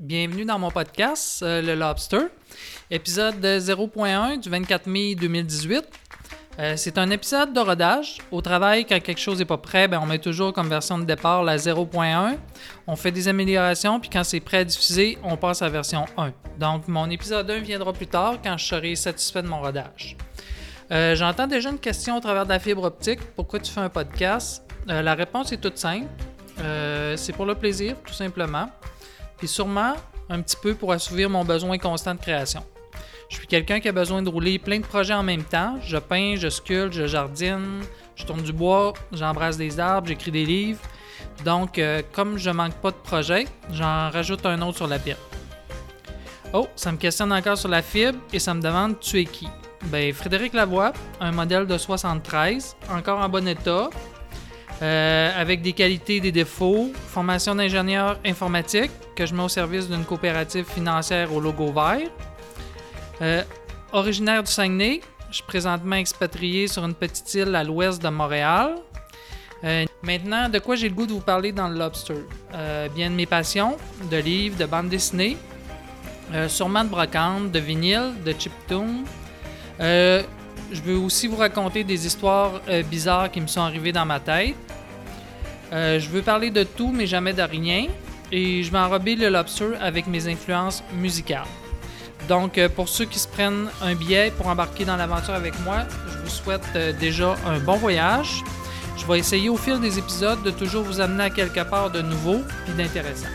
Bienvenue dans mon podcast, Le Lobster, épisode 0.1 du 24 mai 2018. C'est un épisode de rodage. Au travail, quand quelque chose n'est pas prêt, on met toujours comme version de départ la 0.1. On fait des améliorations, puis quand c'est prêt à diffuser, on passe à la version 1. Donc, mon épisode 1 viendra plus tard quand je serai satisfait de mon rodage. J'entends déjà une question au travers de la fibre optique. Pourquoi tu fais un podcast? La réponse est toute simple. C'est pour le plaisir, tout simplement. Puis sûrement, un petit peu pour assouvir mon besoin constant de création. Je suis quelqu'un qui a besoin de rouler plein de projets en même temps. Je peins, je sculpte, je jardine, je tourne du bois, j'embrasse des arbres, j'écris des livres. Donc, comme je manque pas de projets, j'en rajoute un autre sur la pile. Oh, ça me questionne encore sur la fibre et ça me demande « Tu es qui? » Frédéric Lavoie, un modèle de 73, encore en bon état, avec des qualités et des défauts, formation d'ingénieur informatique que je mets au service d'une coopérative financière au logo vert. Originaire du Saguenay, je suis présentement expatrié sur une petite île à l'ouest de Montréal. Maintenant, de quoi j'ai le goût de vous parler dans le Lobster? Bien de mes passions, de livres, de bandes dessinées, sûrement de brocante, de vinyle, de chiptune. Je veux aussi vous raconter des histoires bizarres qui me sont arrivées dans ma tête. Je veux parler de tout, mais jamais de rien. Et je vais enrober le Lobster avec mes influences musicales. Donc, pour ceux qui se prennent un billet pour embarquer dans l'aventure avec moi, je vous souhaite déjà un bon voyage. Je vais essayer au fil des épisodes de toujours vous amener à quelque part de nouveau et d'intéressant.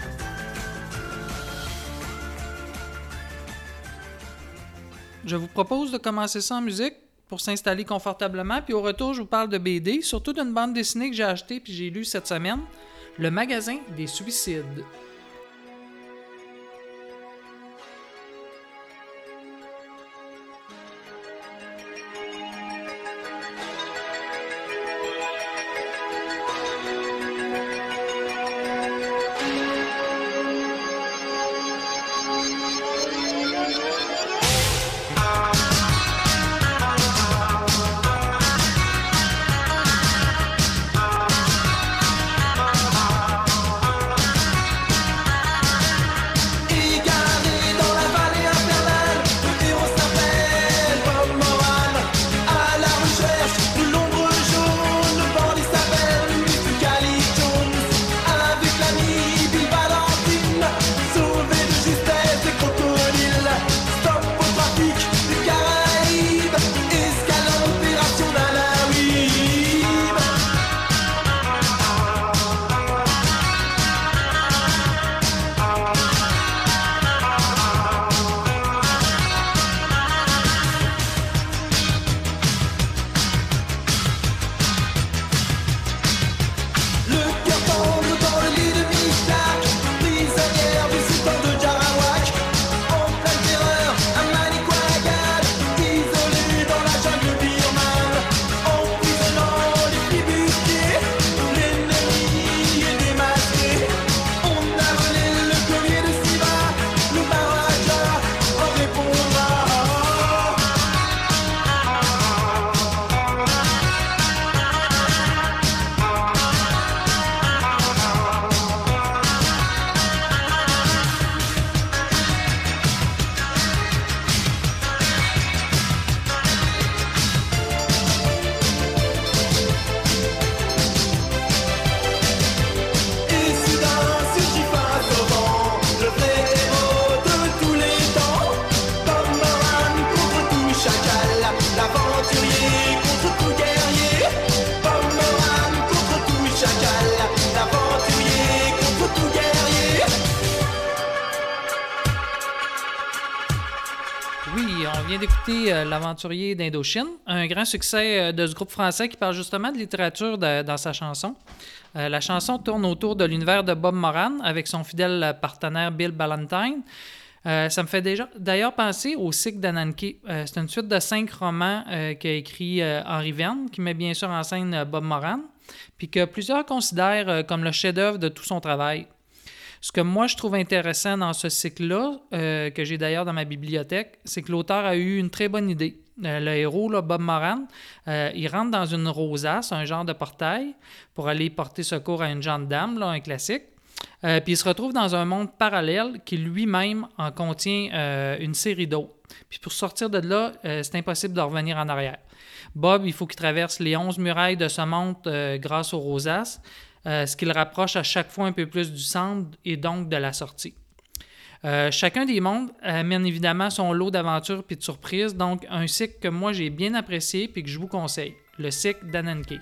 Je vous propose de commencer ça en musique pour s'installer confortablement, puis au retour, je vous parle de BD, surtout d'une bande dessinée que j'ai achetée puis j'ai lue cette semaine, Le Magasin des Suicides. D'écouter L'Aventurier d'Indochine, un grand succès de ce groupe français qui parle justement de littérature dans sa chanson. La chanson tourne autour de l'univers de Bob Moran avec son fidèle partenaire Bill Ballantine. Ça me fait d'ailleurs penser au cycle d'Ananke. C'est une suite de 5 romans qu'a écrit Henri Verne, qui met bien sûr en scène Bob Moran, puis que plusieurs considèrent comme le chef-d'œuvre de tout son travail. Ce que moi, je trouve intéressant dans ce cycle-là, que j'ai d'ailleurs dans ma bibliothèque, c'est que l'auteur a eu une très bonne idée. Le héros, là, Bob Moran, il rentre dans une rosace, un genre de portail, pour aller porter secours à une jeune dame, là, un classique. Puis il se retrouve dans un monde parallèle qui lui-même en contient une série d'autres. Puis pour sortir de là, c'est impossible de revenir en arrière. Bob, il faut qu'il traverse les 11 murailles de ce monde grâce aux rosaces, ce qui le rapproche à chaque fois un peu plus du centre et donc de la sortie. Chacun des mondes amène évidemment son lot d'aventures et de surprises, donc un cycle que moi j'ai bien apprécié et que je vous conseille, le cycle d'Ananke.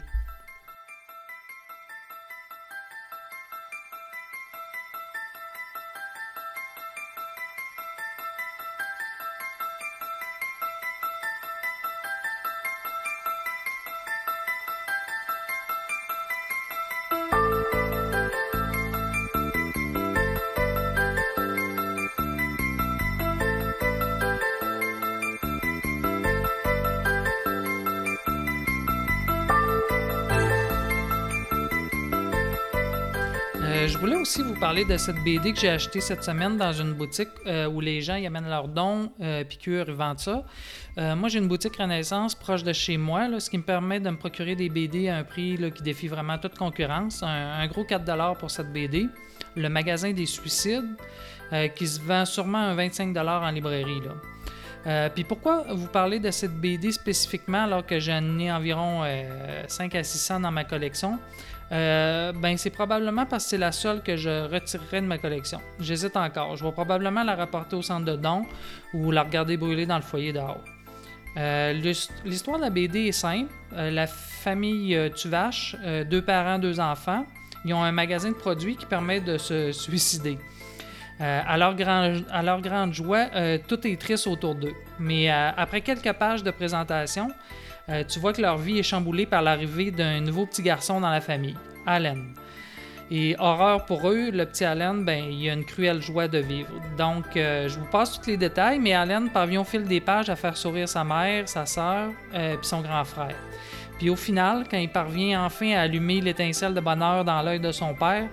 Je voulais aussi vous parler de cette BD que j'ai achetée cette semaine dans une boutique où les gens y amènent leurs dons, piqûres, ils vendent ça. Moi, j'ai une boutique Renaissance proche de chez moi, là, ce qui me permet de me procurer des BD à un prix là, qui défie vraiment toute concurrence. Un gros 4$ pour cette BD. Le magasin des suicides, qui se vend sûrement à 25$ en librairie, là. Puis pourquoi vous parlez de cette BD spécifiquement alors que j'en ai environ 5 à 600 dans ma collection? C'est probablement parce que c'est la seule que je retirerai de ma collection. J'hésite encore. Je vais probablement la rapporter au centre de don ou la regarder brûler dans le foyer dehors. L'histoire de la BD est simple. La famille Tuvache, 2 parents, 2 enfants, ils ont un magasin de produits qui permet de se suicider. À leur grande joie, tout est triste autour d'eux. Mais après quelques pages de présentation, tu vois que leur vie est chamboulée par l'arrivée d'un nouveau petit garçon dans la famille, Allen. Et horreur pour eux, le petit Allen, il a une cruelle joie de vivre. Donc, je vous passe tous les détails, mais Allen parvient au fil des pages à faire sourire sa mère, sa sœur, puis son grand frère. Puis au final, quand il parvient enfin à allumer l'étincelle de bonheur dans l'œil de son père,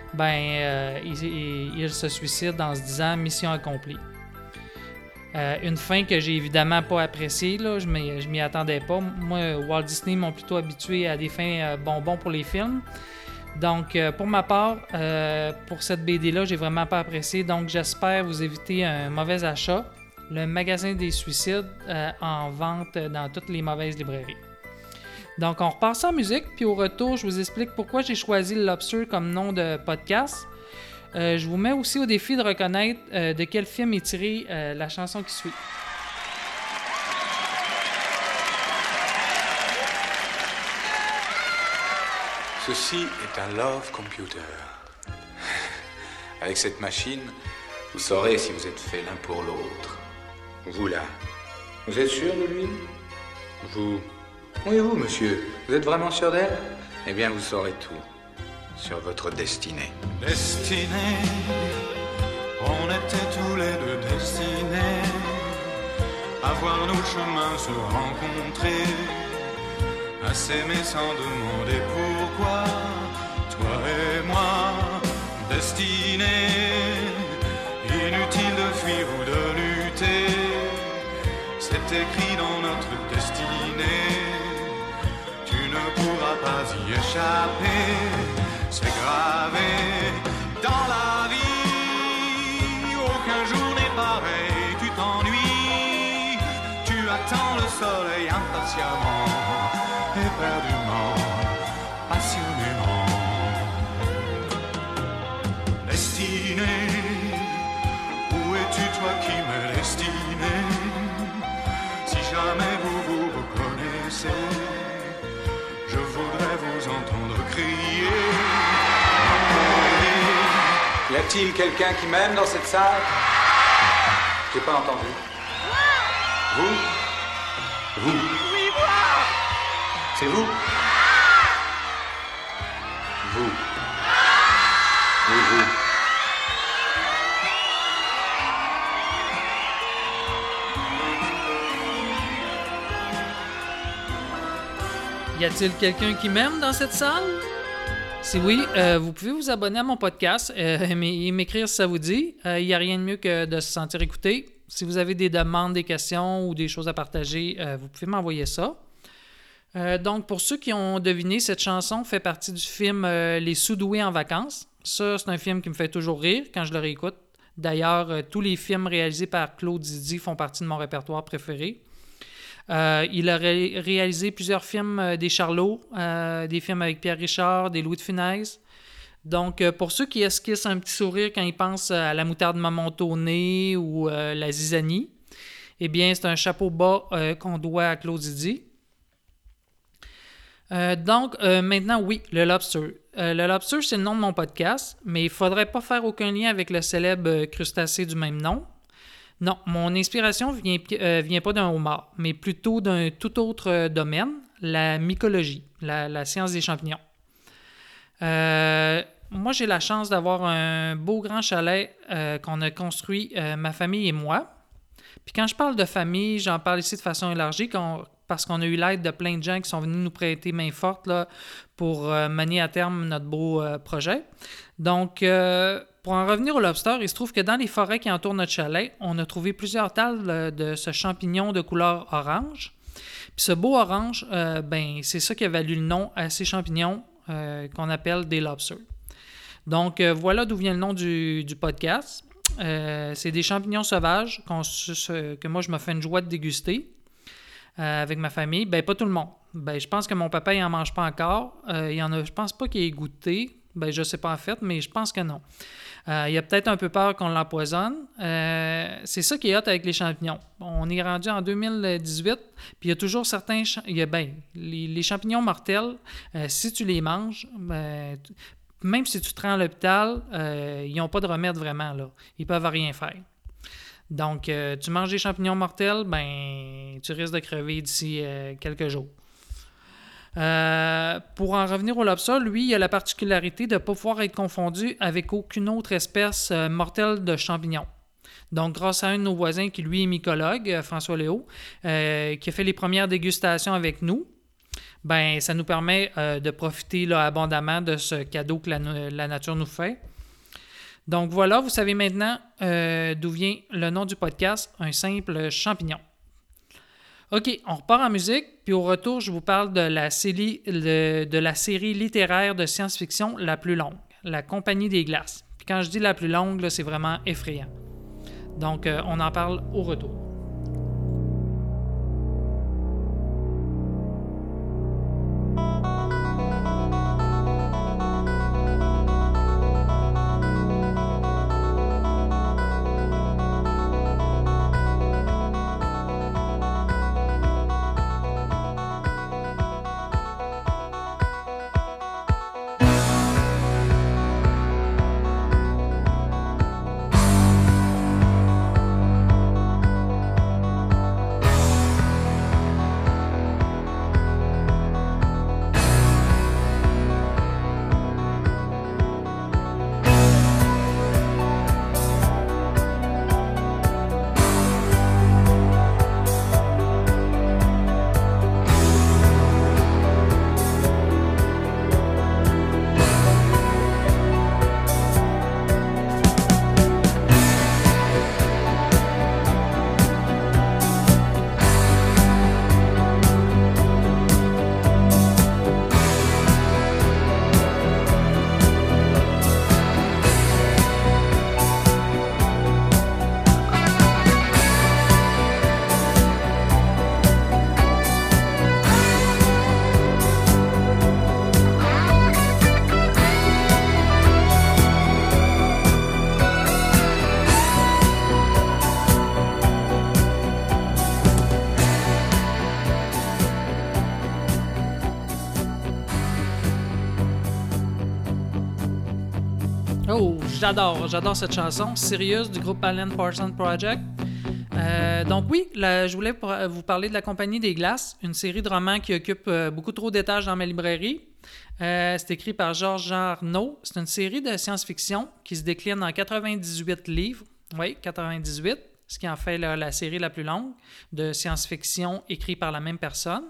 il se suicide en se disant « mission accomplie ». Une fin que j'ai évidemment pas appréciée, là, je m'y attendais pas. Moi, Walt Disney m'ont plutôt habitué à des fins bonbons pour les films. Donc, pour ma part, pour cette BD-là, j'ai vraiment pas apprécié. Donc, j'espère vous éviter un mauvais achat. Le magasin des suicides en vente dans toutes les mauvaises librairies. Donc, on repasse en musique, puis au retour, je vous explique pourquoi j'ai choisi le Lobster comme nom de podcast. Je vous mets aussi au défi de reconnaître de quel film est tirée la chanson qui suit. Ceci est un Love Computer. Avec cette machine, vous saurez si vous êtes fait l'un pour l'autre. Vous là, vous êtes sûr de lui? Vous? Oui, vous, monsieur. Vous êtes vraiment sûr d'elle? Eh bien, vous saurez tout sur votre destinée. Destinée, on était tous les deux destinés à voir nos chemins se rencontrer, à s'aimer sans demander pourquoi. Toi et moi, destinés, inutile de fuir ou de lutter, c'est écrit dans notre destinée. Tu ne pourras pas y échapper. C'est gravé dans la vie, aucun jour n'est pareil, tu t'ennuies, tu attends le soleil impatiemment, éperdument, passionnément. Destinée, où es-tu toi qui m'es destiné? Si jamais vous vous reconnaissez, je voudrais vous entendre crier. Y a-t-il quelqu'un qui m'aime dans cette salle? J'ai pas entendu. Vous? Vous? Oui, moi! C'est vous? Vous? Oui, vous. Y a-t-il quelqu'un qui m'aime dans cette salle? Si oui, vous pouvez vous abonner à mon podcast et m'écrire si ça vous dit. Il n'y a rien de mieux que de se sentir écouté. Si vous avez des demandes, des questions ou des choses à partager, vous pouvez m'envoyer ça. Donc, pour ceux qui ont deviné, cette chanson fait partie du film Les Sous-doués en vacances. Ça, c'est un film qui me fait toujours rire quand je le réécoute. D'ailleurs, tous les films réalisés par Claude Zidi font partie de mon répertoire préféré. Il a réalisé plusieurs films des Charlots, des films avec Pierre Richard, des Louis de Funès. Donc, pour ceux qui esquissent un petit sourire quand ils pensent à la moutarde Mamontonné ou la zizanie, eh bien, c'est un chapeau bas qu'on doit à Claude Zidi. Maintenant, oui, le Lobster. Le Lobster, c'est le nom de mon podcast, mais il ne faudrait pas faire aucun lien avec le célèbre crustacé du même nom. Non, mon inspiration vient pas d'un homard, mais plutôt d'un tout autre domaine, la mycologie, la science des champignons. Moi, j'ai la chance d'avoir un beau grand chalet qu'on a construit, ma famille et moi. Puis quand je parle de famille, j'en parle ici de façon élargie parce qu'on a eu l'aide de plein de gens qui sont venus nous prêter main forte là, pour mener à terme notre beau projet. Donc, pour en revenir au lobster, il se trouve que dans les forêts qui entourent notre chalet, on a trouvé plusieurs talles de ce champignon de couleur orange. Puis ce beau orange, c'est ça qui a valu le nom à ces champignons qu'on appelle des lobsters. Donc, voilà d'où vient le nom du podcast. C'est des champignons sauvages que moi, je me fais une joie de déguster avec ma famille. Ben, pas tout le monde. Ben, je pense que mon papa, il n'en mange pas encore. Il y en a, je pense pas qu'il ait goûté. Ben, je sais pas en fait, mais je pense que non. Il a peut-être un peu peur qu'on l'empoisonne. C'est ça qui est hot avec les champignons. On est rendu en 2018, puis il y a toujours certains... les champignons mortels, si tu les manges, même si tu te rends à l'hôpital, ils n'ont pas de remède vraiment, là. Ils peuvent rien faire. Donc, tu manges des champignons mortels, tu risques de crever d'ici quelques jours. Pour en revenir au lobster, lui, il a la particularité de ne pas pouvoir être confondu avec aucune autre espèce mortelle de champignons. Donc, grâce à un de nos voisins qui, lui, est mycologue, François Léo, qui a fait les premières dégustations avec nous, ça nous permet de profiter là, abondamment de ce cadeau que la nature nous fait. Donc voilà, vous savez maintenant d'où vient le nom du podcast, un simple champignon. OK, on repart en musique, puis au retour, je vous parle de la série littéraire de science-fiction la plus longue, La Compagnie des Glaces. Puis quand je dis la plus longue, là, c'est vraiment effrayant. Donc, on en parle au retour. Oh, j'adore cette chanson, Sirius du groupe Alan Parsons Project. Donc oui, je voulais vous parler de La Compagnie des Glaces, une série de romans qui occupe beaucoup trop d'étages dans ma librairie. C'est écrit par Georges-Jean Arnaud. C'est une série de science-fiction qui se décline en 98 livres. Oui, 98, ce qui en fait la série la plus longue de science-fiction écrite par la même personne.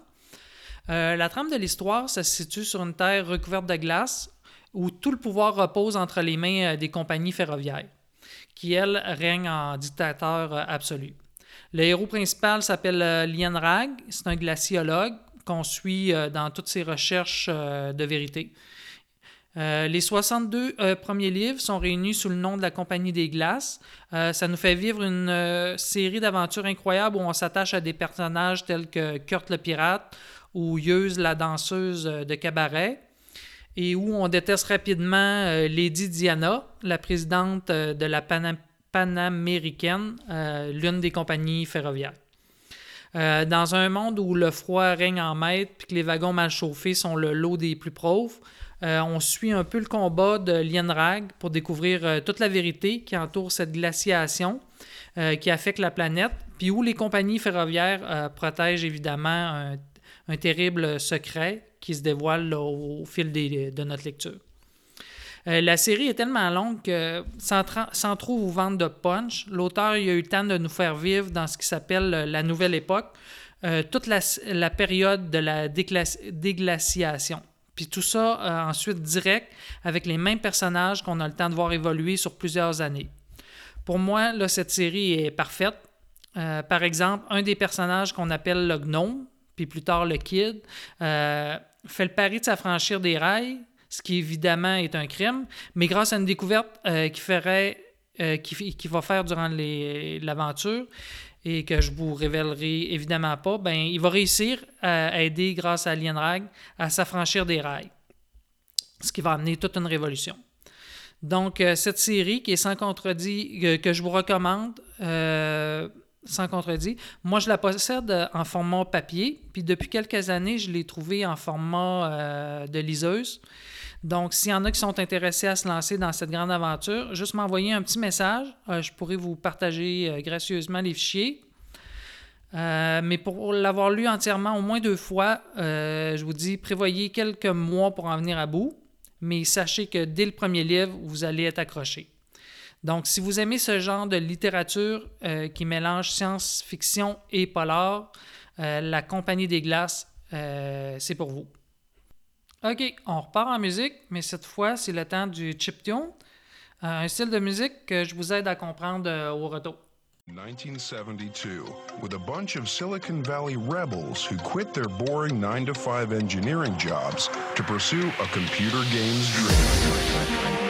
La trame de l'histoire, ça se situe sur une terre recouverte de glace où tout le pouvoir repose entre les mains des compagnies ferroviaires, qui, elles, règnent en dictateur absolu. Le héros principal s'appelle Lien Rag, c'est un glaciologue qu'on suit dans toutes ses recherches de vérité. Les 62 premiers livres sont réunis sous le nom de la Compagnie des Glaces. Ça nous fait vivre une série d'aventures incroyables où on s'attache à des personnages tels que Kurt le pirate ou Yeuse la danseuse de cabaret, et où on déteste rapidement Lady Diana, la présidente de la Panaméricaine, l'une des compagnies ferroviaires. Dans un monde où le froid règne en maître et que les wagons mal chauffés sont le lot des plus pauvres, on suit un peu le combat de Lienrag pour découvrir toute la vérité qui entoure cette glaciation qui affecte la planète, puis où les compagnies ferroviaires protègent évidemment un terrible secret qui se dévoile là, au fil de notre lecture. La série est tellement longue que, sans trop vous vendre de punch, l'auteur il a eu le temps de nous faire vivre dans ce qui s'appelle la Nouvelle Époque, toute la période de la déglaciation. Puis tout ça ensuite direct avec les mêmes personnages qu'on a le temps de voir évoluer sur plusieurs années. Pour moi, là, cette série est parfaite. Par exemple, un des personnages qu'on appelle le gnome, puis plus tard le kid, fait le pari de s'affranchir des rails, ce qui évidemment est un crime, mais grâce à une découverte qu'il va faire durant l'aventure et que je vous révélerai évidemment pas, ben, il va réussir à aider, grâce à Lienrag, à s'affranchir des rails, ce qui va amener toute une révolution. Donc, cette série qui est sans contredit, que je vous recommande, sans contredit, moi je la possède en format papier, puis depuis quelques années, je l'ai trouvée en format de liseuse. Donc, s'il y en a qui sont intéressés à se lancer dans cette grande aventure, juste m'envoyer un petit message. Je pourrais vous partager gracieusement les fichiers. Mais pour l'avoir lu entièrement au moins 2 fois, je vous dis, prévoyez quelques mois pour en venir à bout. Mais sachez que dès le premier livre, vous allez être accroché. Donc, si vous aimez ce genre de littérature qui mélange science-fiction et polar, la Compagnie des Glaces, c'est pour vous. OK, on repart en musique, mais cette fois, c'est le temps du chiptune, un style de musique que je vous aide à comprendre au retour. 1972, with a bunch of Silicon Valley rebels who quit their boring 9-to-5 engineering jobs to pursue a computer games dream.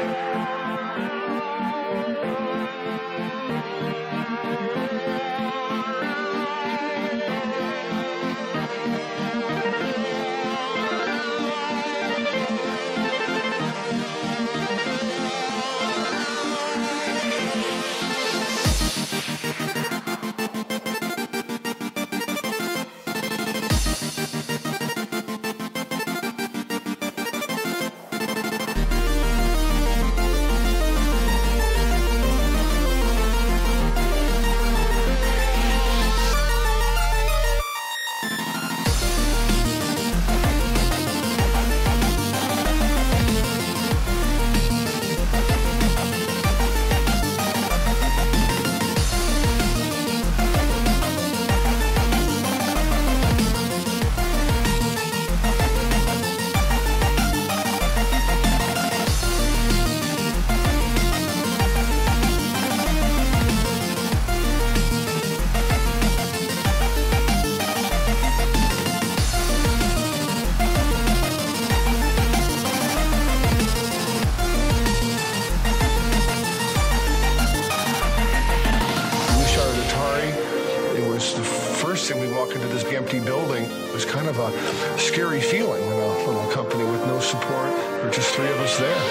Empty building. It was kind of a scary feeling in a little company with no support. There were just 3 of us there.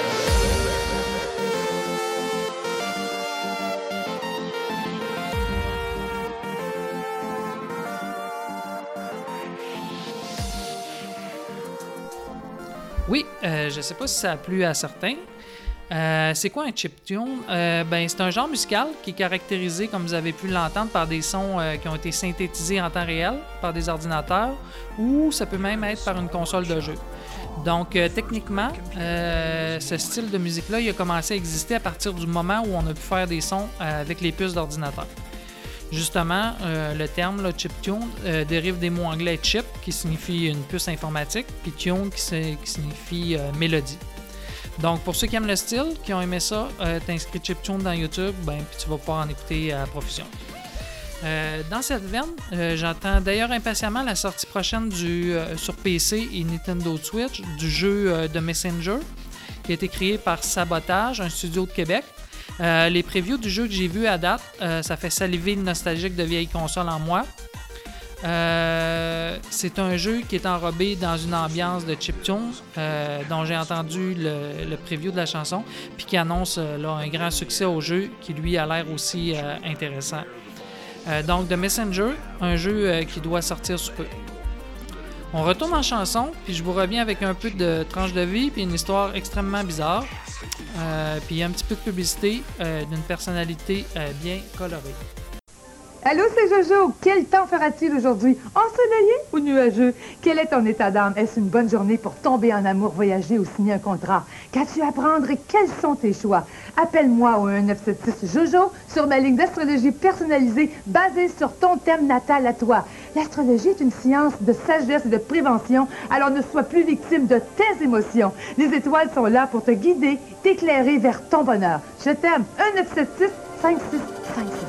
Oui, je ne sais pas si ça a plu à certains. C'est quoi un chiptune? C'est un genre musical qui est caractérisé, comme vous avez pu l'entendre, par des sons qui ont été synthétisés en temps réel par des ordinateurs, ou ça peut même être par une console de jeu. Donc, techniquement, ce style de musique-là, il a commencé à exister à partir du moment où on a pu faire des sons avec les puces d'ordinateur. Justement, le terme là, chiptune dérive des mots anglais chip, qui signifie une puce informatique, puis tune, qui signifie mélodie. Donc, pour ceux qui aiment le style, qui ont aimé ça, t'inscris chiptune dans YouTube, puis tu vas pouvoir en écouter à profusion. Dans cette veine, j'attends d'ailleurs impatiemment la sortie prochaine sur PC et Nintendo Switch du jeu de Messenger. qui a été créé par Sabotage, un studio de Québec. Les previews du jeu que j'ai vu à date, ça fait saliver le nostalgique de vieilles consoles en moi. C'est un jeu qui est enrobé dans une ambiance de chiptune, dont j'ai entendu le preview de la chanson, puis qui annonce là, un grand succès au jeu qui lui a l'air aussi intéressant. Donc The Messenger, un jeu qui doit sortir sous peu. On retourne en chanson, puis je vous reviens avec un peu de tranche de vie, puis une histoire extrêmement bizarre. Puis un petit peu de publicité d'une personnalité bien colorée. Allô, c'est Jojo. Quel temps fera-t-il aujourd'hui? Ensoleillé ou nuageux? Quel est ton état d'âme? Est-ce une bonne journée pour tomber en amour, voyager ou signer un contrat? Qu'as-tu à prendre et quels sont tes choix? Appelle-moi au 1976 Jojo sur ma ligne d'astrologie personnalisée basée sur ton thème natal à toi. L'astrologie est une science de sagesse et de prévention, alors ne sois plus victime de tes émotions. Les étoiles sont là pour te guider, t'éclairer vers ton bonheur. Je t'aime. 1976 5656.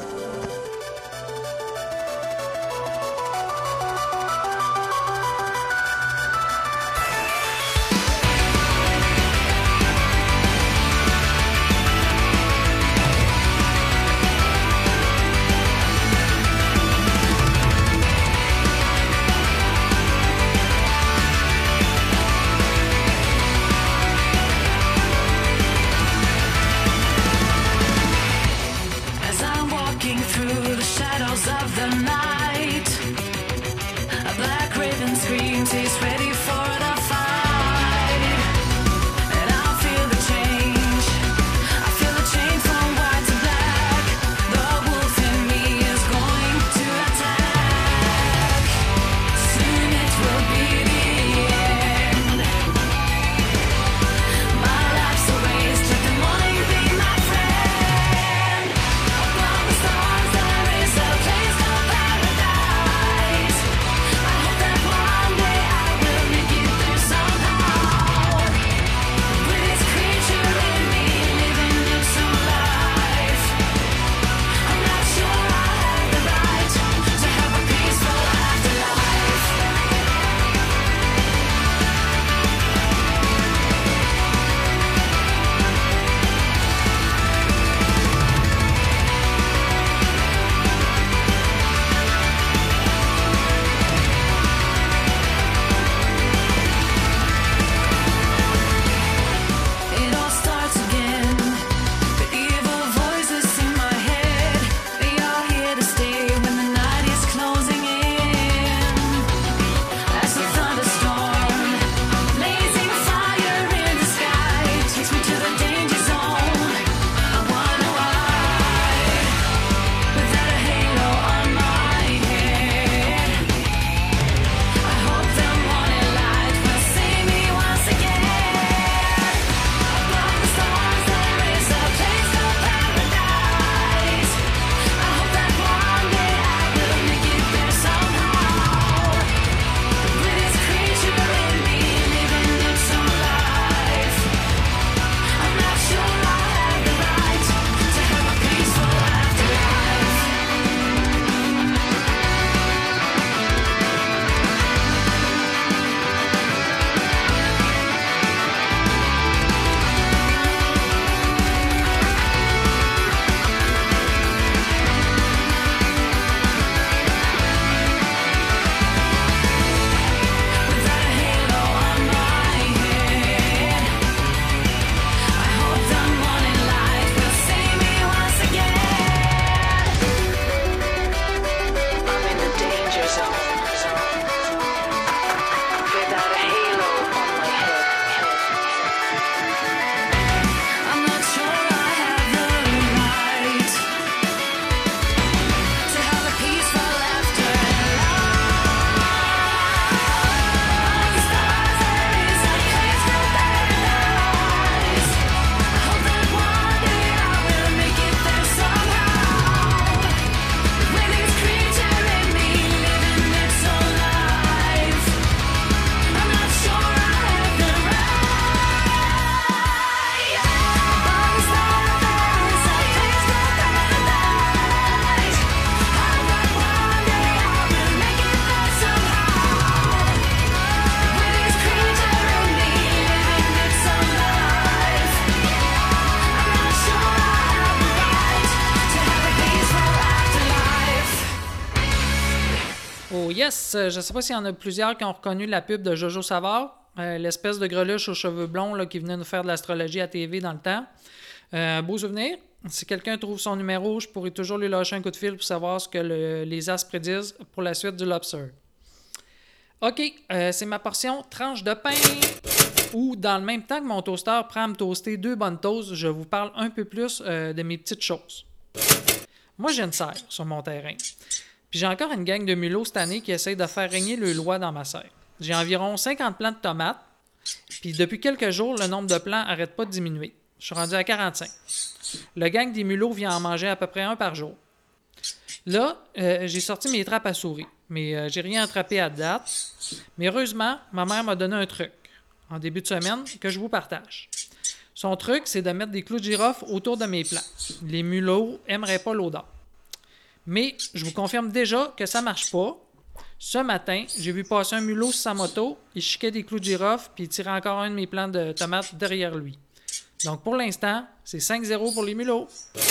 Oh yes! Je sais pas s'il y en a plusieurs qui ont reconnu la pub de Jojo Savard, l'espèce de greluche aux cheveux blonds là, qui venait nous faire de l'astrologie à TV dans le temps. Beau souvenir. Si quelqu'un trouve son numéro, je pourrais toujours lui lâcher un coup de fil pour savoir ce que les as prédisent pour la suite du Lobster. OK, c'est ma portion tranche de pain. Ou dans le même temps que mon toaster prend à me toaster 2 bonnes toasts, je vous parle un peu plus de mes petites choses. Moi, j'ai une serre sur mon terrain. Puis j'ai encore une gang de mulots cette année qui essayent de faire régner le loi dans ma serre. J'ai environ 50 plants de tomates. Puis depuis quelques jours, le nombre de plants n'arrête pas de diminuer. Je suis rendu à 45. Le gang des mulots vient en manger à peu près un par jour. Là, j'ai sorti mes trappes à souris, mais j'ai rien attrapé à date. Mais heureusement, ma mère m'a donné un truc en début de semaine que je vous partage. Son truc, c'est de mettre des clous de girofle autour de mes plants. Les mulots n'aimeraient pas l'odeur. Mais je vous confirme déjà que ça marche pas. Ce matin, j'ai vu passer un mulot sur sa moto, il chiquait des clous de girofle puis il tirait encore un de mes plants de tomates derrière lui. Donc pour l'instant, c'est 5-0 pour les mulots.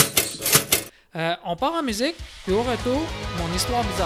On part en musique, puis au retour, mon histoire bizarre.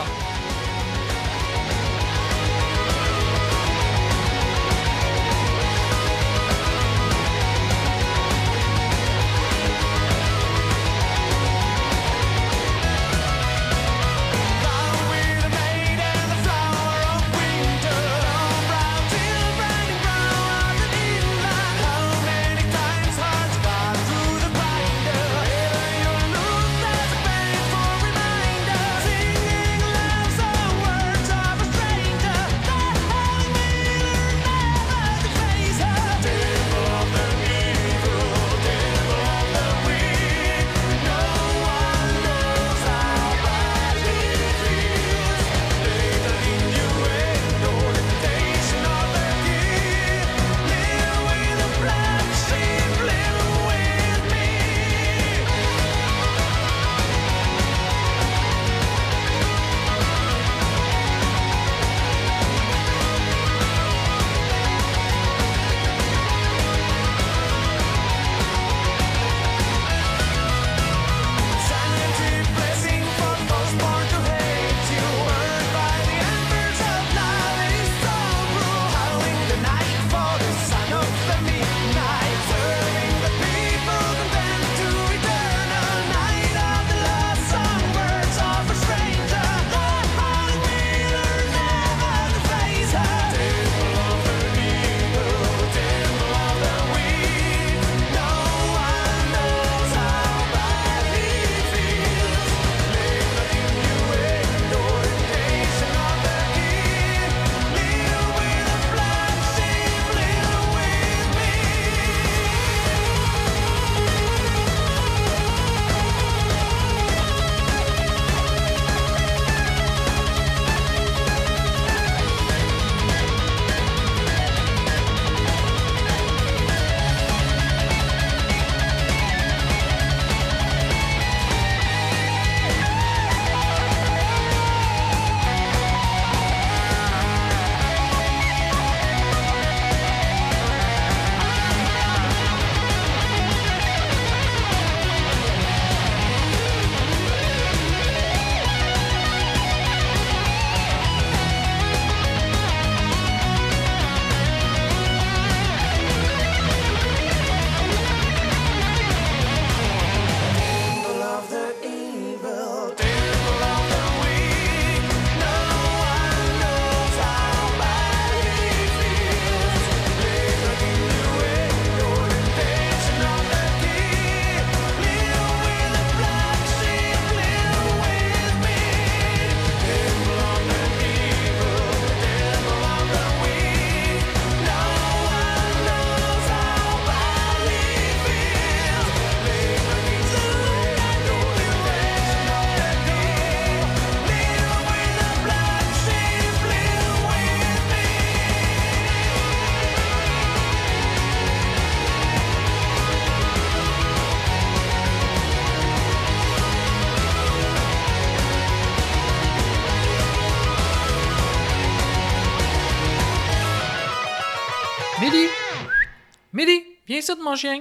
Midi, viens ici de mon chien.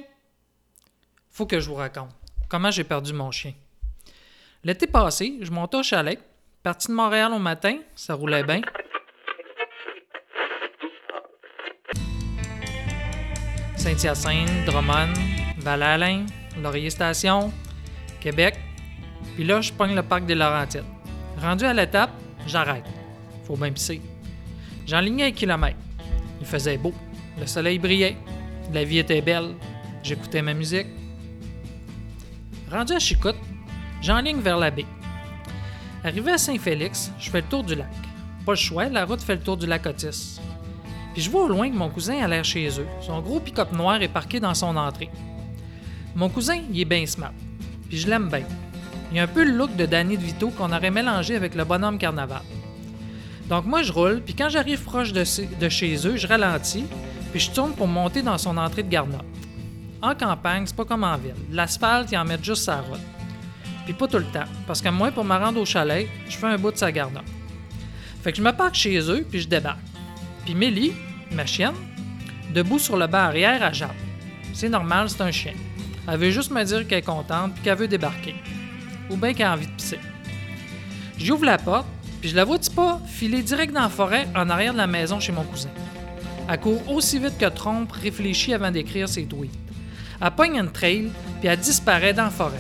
Faut que je vous raconte comment j'ai perdu mon chien. L'été passé, je montais au chalet, Parti de Montréal au matin, ça roulait bien. Saint-Hyacinthe, Drummond, Val-Alain, Laurier-Station, Québec. Puis là, je pogne le parc des Laurentides. Rendu à l'étape, j'arrête. Faut bien pisser. J'enlignais 1 kilomètre. Il faisait beau. Le soleil brillait. La vie était belle. J'écoutais ma musique. Rendu à Chicoute, j'enligne vers la baie. Arrivé à Saint-Félix, je fais le tour du lac. Pas le choix, la route fait le tour du lac Otis. Puis je vois au loin que mon cousin a l'air chez eux. Son gros pick-up noir est parqué dans son entrée. Mon cousin, il est bien smart. Puis je l'aime bien. Il a un peu le look de Danny DeVito qu'on aurait mélangé avec le bonhomme Carnaval. Donc moi, je roule, puis quand j'arrive proche de chez eux, je ralentis, puis je tourne pour monter dans son entrée de garnotte. En campagne, c'est pas comme en ville. L'asphalte, ils en mettent juste sa route. Puis pas tout le temps, parce que moi, pour me rendre au chalet, je fais un bout de sa garnotte. Fait que je me parque chez eux, puis je débarque. Puis Mélie, ma chienne, debout sur le banc arrière, elle jappe. C'est normal, c'est un chien. Elle veut juste me dire qu'elle est contente, puis qu'elle veut débarquer. Ou bien qu'elle a envie de pisser. J'ouvre la porte, puis je la vois pas filer direct dans la forêt en arrière de la maison chez mon cousin. Elle court aussi vite que Trompe réfléchit avant d'écrire ses tweets. Elle pogne une trail, puis elle disparaît dans la forêt.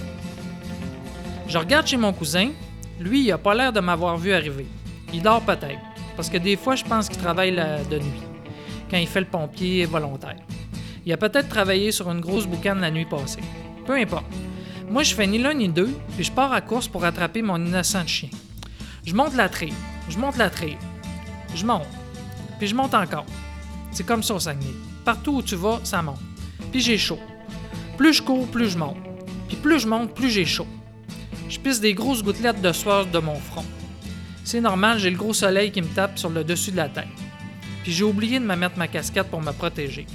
Je regarde chez mon cousin. Lui, il a pas l'air de m'avoir vu arriver. Il dort peut-être, parce que des fois, je pense qu'il travaille de nuit, quand il fait le pompier volontaire. Il a peut-être travaillé sur une grosse boucane la nuit passée. Peu importe. Moi, je fais ni l'un ni deux, puis je pars à course pour attraper mon innocent de chien. Je monte la trail, je monte, puis je monte encore. C'est comme ça au Saguenay. Partout où tu vas, ça monte. Puis j'ai chaud. Plus je cours, plus je monte. Puis plus je monte, plus j'ai chaud. Je pisse des grosses gouttelettes de sueur de mon front. C'est normal, j'ai le gros soleil qui me tape sur le dessus de la tête. Puis j'ai oublié de me mettre ma casquette pour me protéger.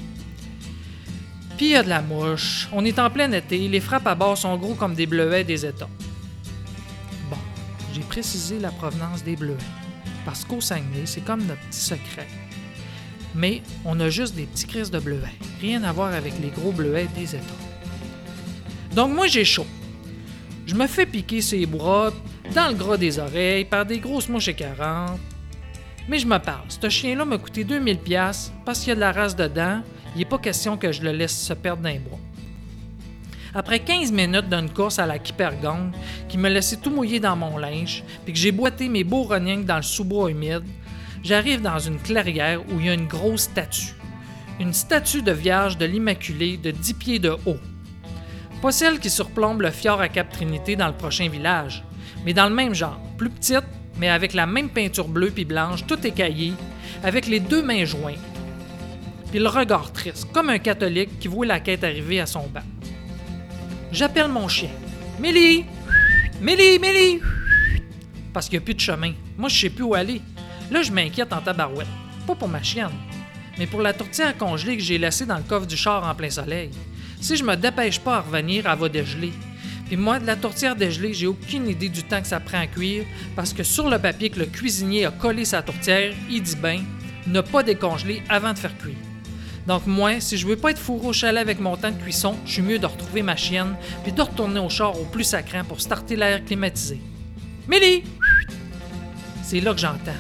Puis il y a de la mouche. On est en plein été, les frappes à bord sont gros comme des bleuets des États. Bon, j'ai précisé la provenance des bleuets. Parce qu'au Saguenay, c'est comme notre petit secret. Mais on a juste des petits crises de bleuets. Rien à voir avec les gros bleuets des États. Donc moi, j'ai chaud. Je me fais piquer ses bras, dans le gras des oreilles, par des grosses mouches écœurantes. Mais je me parle. Ce chien-là m'a coûté 2000$ parce qu'il y a de la race dedans. Il n'est pas question que je le laisse se perdre dans les bois. Après 15 minutes d'une course à la Kipergong, qui me laissait tout mouillé dans mon linge, puis que j'ai boité mes beaux rognons dans le sous-bois humide, j'arrive dans une clairière où il y a une grosse statue. Une statue de Vierge de l'Immaculée de 10 pieds de haut. Pas celle qui surplombe le fjord à Cap-Trinité dans le prochain village, mais dans le même genre, plus petite, mais avec la même peinture bleue puis blanche, tout écaillé, avec les deux mains jointes. Puis le regard triste, comme un catholique qui voit la quête arriver à son banc. J'appelle mon chien. Mélie! Mélie! Mélie! Parce qu'il n'y a plus de chemin. Moi, je sais plus où aller. Là, je m'inquiète en tabarouette. Pas pour ma chienne, mais pour la tourtière congelée que j'ai laissée dans le coffre du char en plein soleil. Si je me dépêche pas à revenir, elle va dégeler. Puis moi, de la tourtière dégelée, j'ai aucune idée du temps que ça prend à cuire, parce que sur le papier que le cuisinier a collé sa tourtière, il dit bien « ne pas décongeler avant de faire cuire ». Donc moi, si je veux pas être fourré au chalet avec mon temps de cuisson, je suis mieux de retrouver ma chienne puis de retourner au char au plus sacrant pour starter l'air climatisé. Mélie! C'est là que j'entends.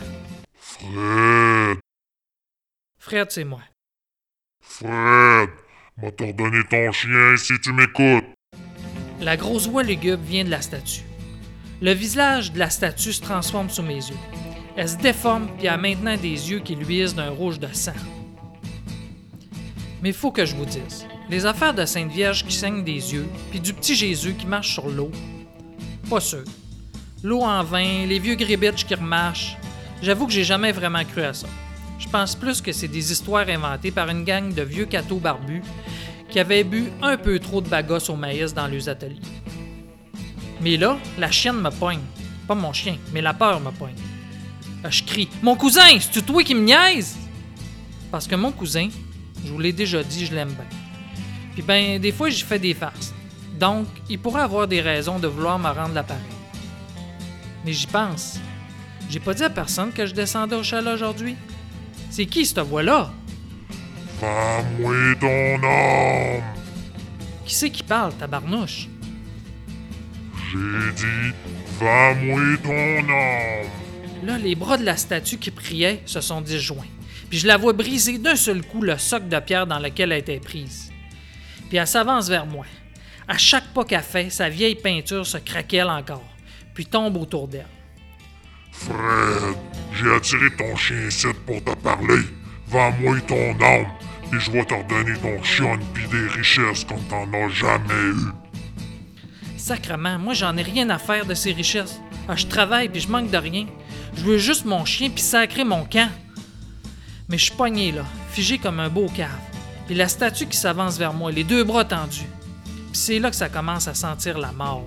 Fred! Fred, c'est moi. Fred! M'a t'ordonné ton chien si tu m'écoutes! La grosse voix lugubre vient de la statue. Le visage de la statue se transforme sous mes yeux. Elle se déforme puis a maintenant des yeux qui luisent d'un rouge de sang. Mais faut que je vous dise, les affaires de Sainte Vierge qui saigne des yeux, puis du petit Jésus qui marche sur l'eau, pas sûr. L'eau en vin, les vieux gribitches qui remarchent, j'avoue que j'ai jamais vraiment cru à ça. Je pense plus que c'est des histoires inventées par une gang de vieux cathos barbus qui avaient bu un peu trop de bagosses au maïs dans leurs ateliers. Mais là, la chienne me pogne. Pas mon chien, mais la peur me pogne. Je crie « Mon cousin, c'est-tu toi qui me niaises? » Parce que mon cousin, je vous l'ai déjà dit, je l'aime bien. Puis ben, des fois, j'y fais des farces. Donc, il pourrait avoir des raisons de vouloir me rendre l'appareil. Mais j'y pense. J'ai pas dit à personne que je descendais au chalet aujourd'hui. C'est qui cette voix-là? Femme-moi ton âme! Qui c'est qui parle, tabarnouche? J'ai dit Vends-moi ton âme. Là, les bras de la statue qui priait se sont disjoints. Puis je la vois briser d'un seul coup le socle de pierre dans lequel elle était prise. Puis elle s'avance vers moi. À chaque pas qu'elle fait, sa vieille peinture se craquelle encore, puis tombe autour d'elle. Fred, j'ai attiré ton chien ici pour te parler. Vends-moi ton âme, et je vais te redonner ton chion pis des richesses comme t'en as jamais eu. Sacrement, moi j'en ai rien à faire de ces richesses. Ah, je travaille puis je manque de rien. Je veux juste mon chien puis sacrer mon camp. Mais je suis pogné là, figé comme un beau cave. Puis la statue qui s'avance vers moi, les deux bras tendus. Puis c'est là que ça commence à sentir la mort.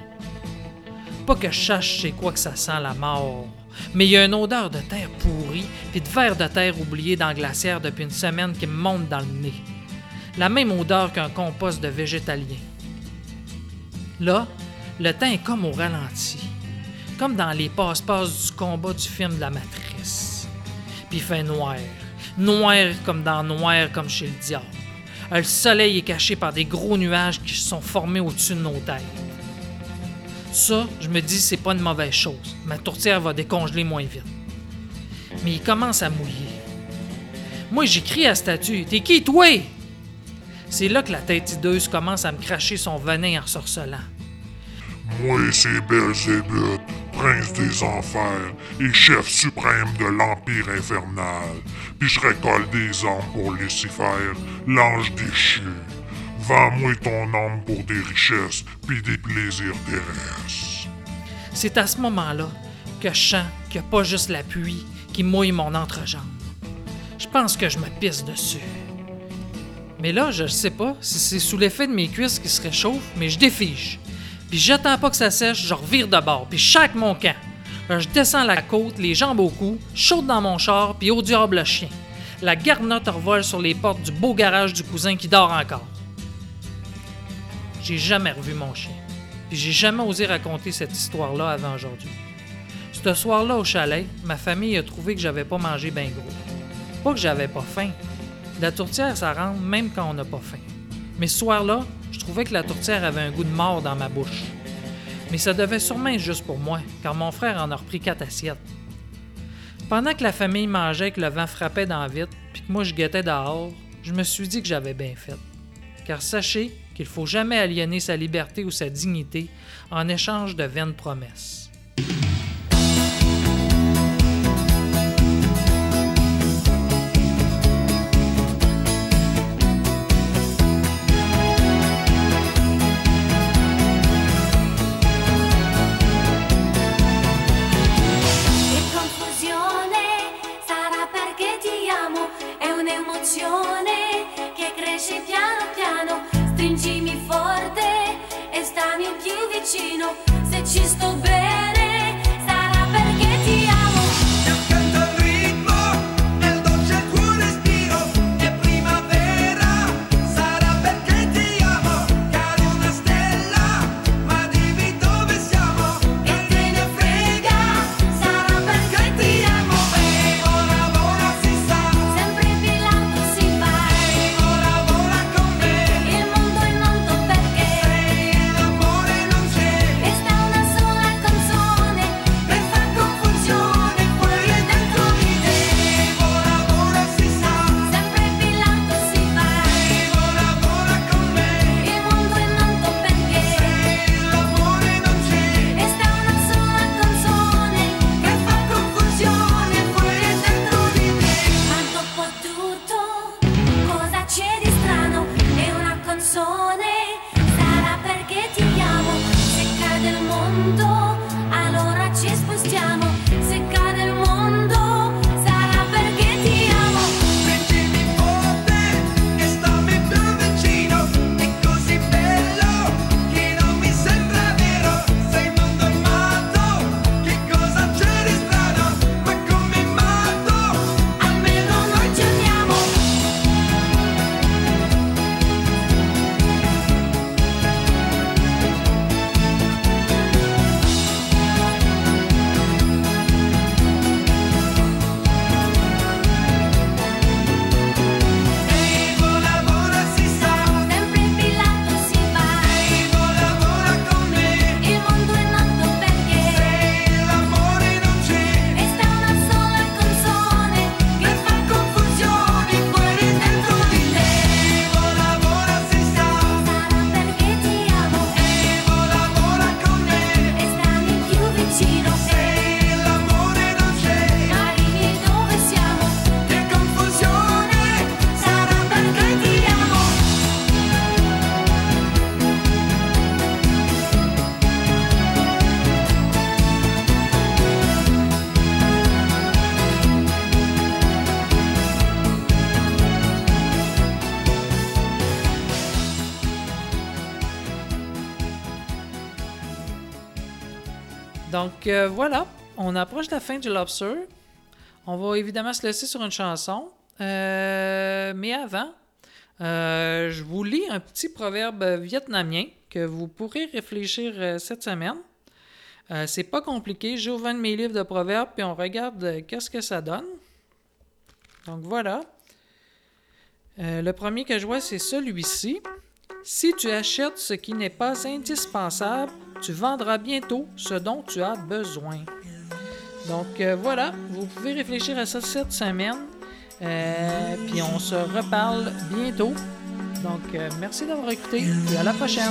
Pas que je sache c'est quoi que ça sent la mort, mais il y a une odeur de terre pourrie puis de verre de terre oublié dans la glacière depuis une semaine qui me monte dans le nez. La même odeur qu'un compost de végétalien. Là, le temps est comme au ralenti, comme dans les passe-passe du combat du film de la Matrice. Puis il fait noir, noir comme chez le diable. Le soleil est caché par des gros nuages qui se sont formés au-dessus de nos têtes. Ça, je me dis, c'est pas une mauvaise chose. Ma tourtière va décongeler moins vite. Mais il commence à mouiller. Moi, j'écris à la statue. « T'es qui, toi? » C'est là que la tête hideuse commence à me cracher son venin en sorcelant. Moi, c'est Belzébuth, prince des enfers et chef suprême de l'Empire infernal. Puis je récolte des âmes pour Lucifer, l'ange déchu. Vends-moi ton âme pour des richesses puis des plaisirs terrestres. C'est à ce moment-là que je sens qu'il n'y a pas juste la pluie qui mouille mon entrejambe. Je pense que je me pisse dessus. Mais là, je sais pas si c'est sous l'effet de mes cuisses qui se réchauffent, mais je défige. Puis j'attends pas que ça sèche, je revire de bord, puis je chaque mon camp. Là, je descends la côte, les jambes au cou, je saute dans mon char, puis au diable le chien. La garnotte revole sur les portes du beau garage du cousin qui dort encore. J'ai jamais revu mon chien, puis j'ai jamais osé raconter cette histoire-là avant aujourd'hui. Ce soir-là au chalet, ma famille a trouvé que j'avais pas mangé bien gros. Pas que j'avais pas faim. La tourtière, ça rentre même quand on n'a pas faim. Mais ce soir-là, je trouvais que la tourtière avait un goût de mort dans ma bouche. Mais ça devait sûrement être juste pour moi, car mon frère en a repris 4 assiettes. Pendant que la famille mangeait et que le vent frappait dans la vitre, puis que moi je guettais dehors, je me suis dit que j'avais bien fait. Car sachez qu'il ne faut jamais aliéner sa liberté ou sa dignité en échange de vaines promesses. Che cresce piano piano, stringimi forte e stammi più vicino. Se ci sto bene Donc voilà, on approche de la fin du Lobster. On va évidemment se laisser sur une chanson. Mais avant, je vous lis un petit proverbe vietnamien que vous pourrez réfléchir cette semaine. C'est pas compliqué. J'ouvre un de mes livres de proverbes puis on regarde qu'est-ce que ça donne. Donc voilà. Le premier que je vois, c'est celui-ci. Si tu achètes ce qui n'est pas indispensable, tu vendras bientôt ce dont tu as besoin. Donc voilà, vous pouvez réfléchir à ça cette semaine. Puis on se reparle bientôt. Donc merci d'avoir écouté et à la prochaine.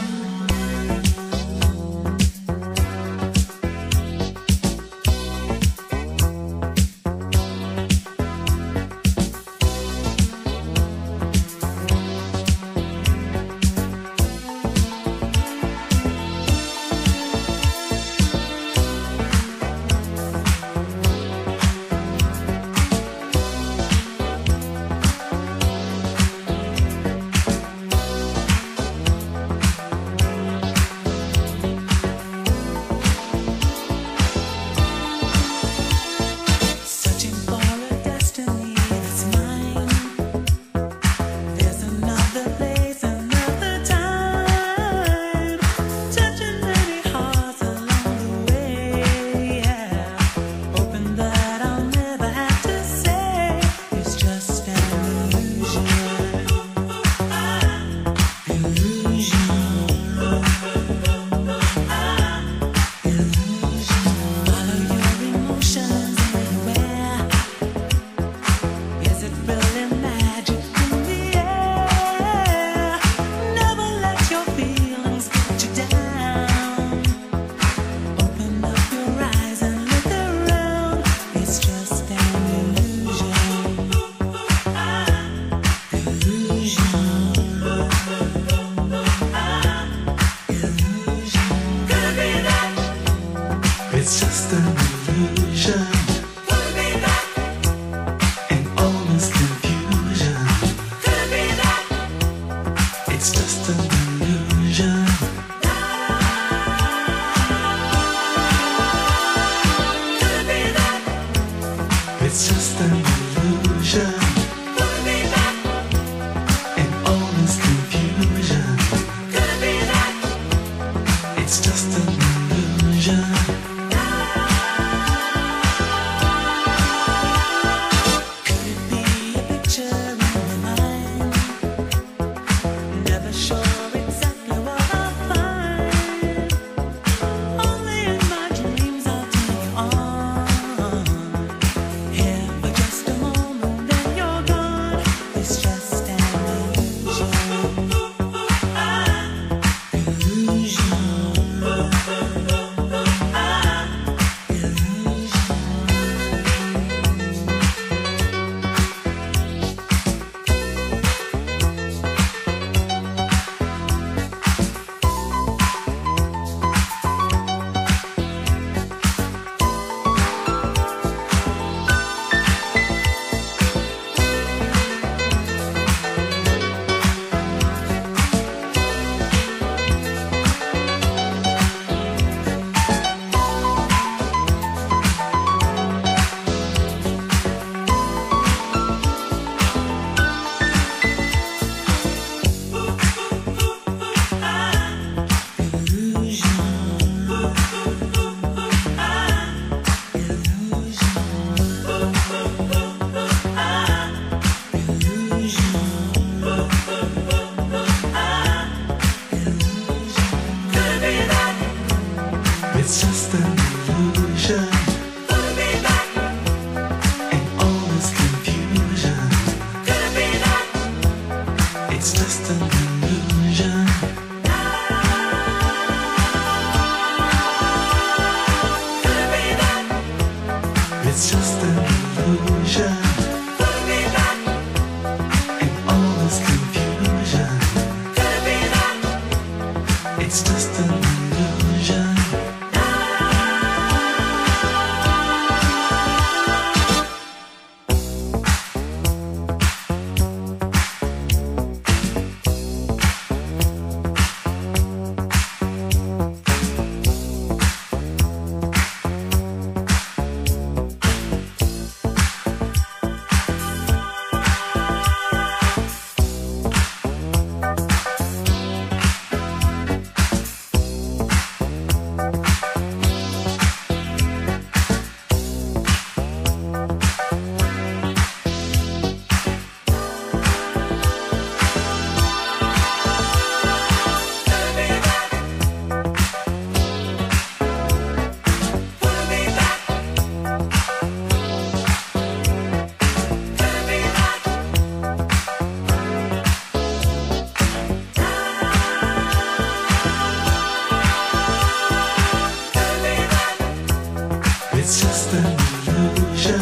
It's just an illusion.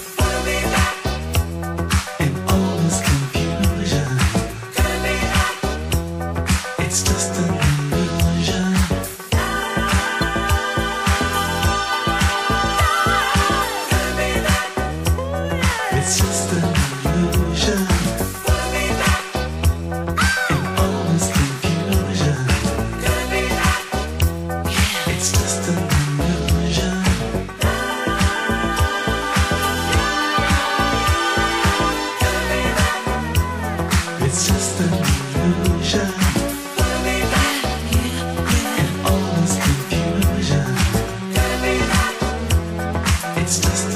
In all this confusion. It's just an illusion. It's just an illusion. In all this confusion. It's just an illusion. It's just an illusion. In all this confusion. It's just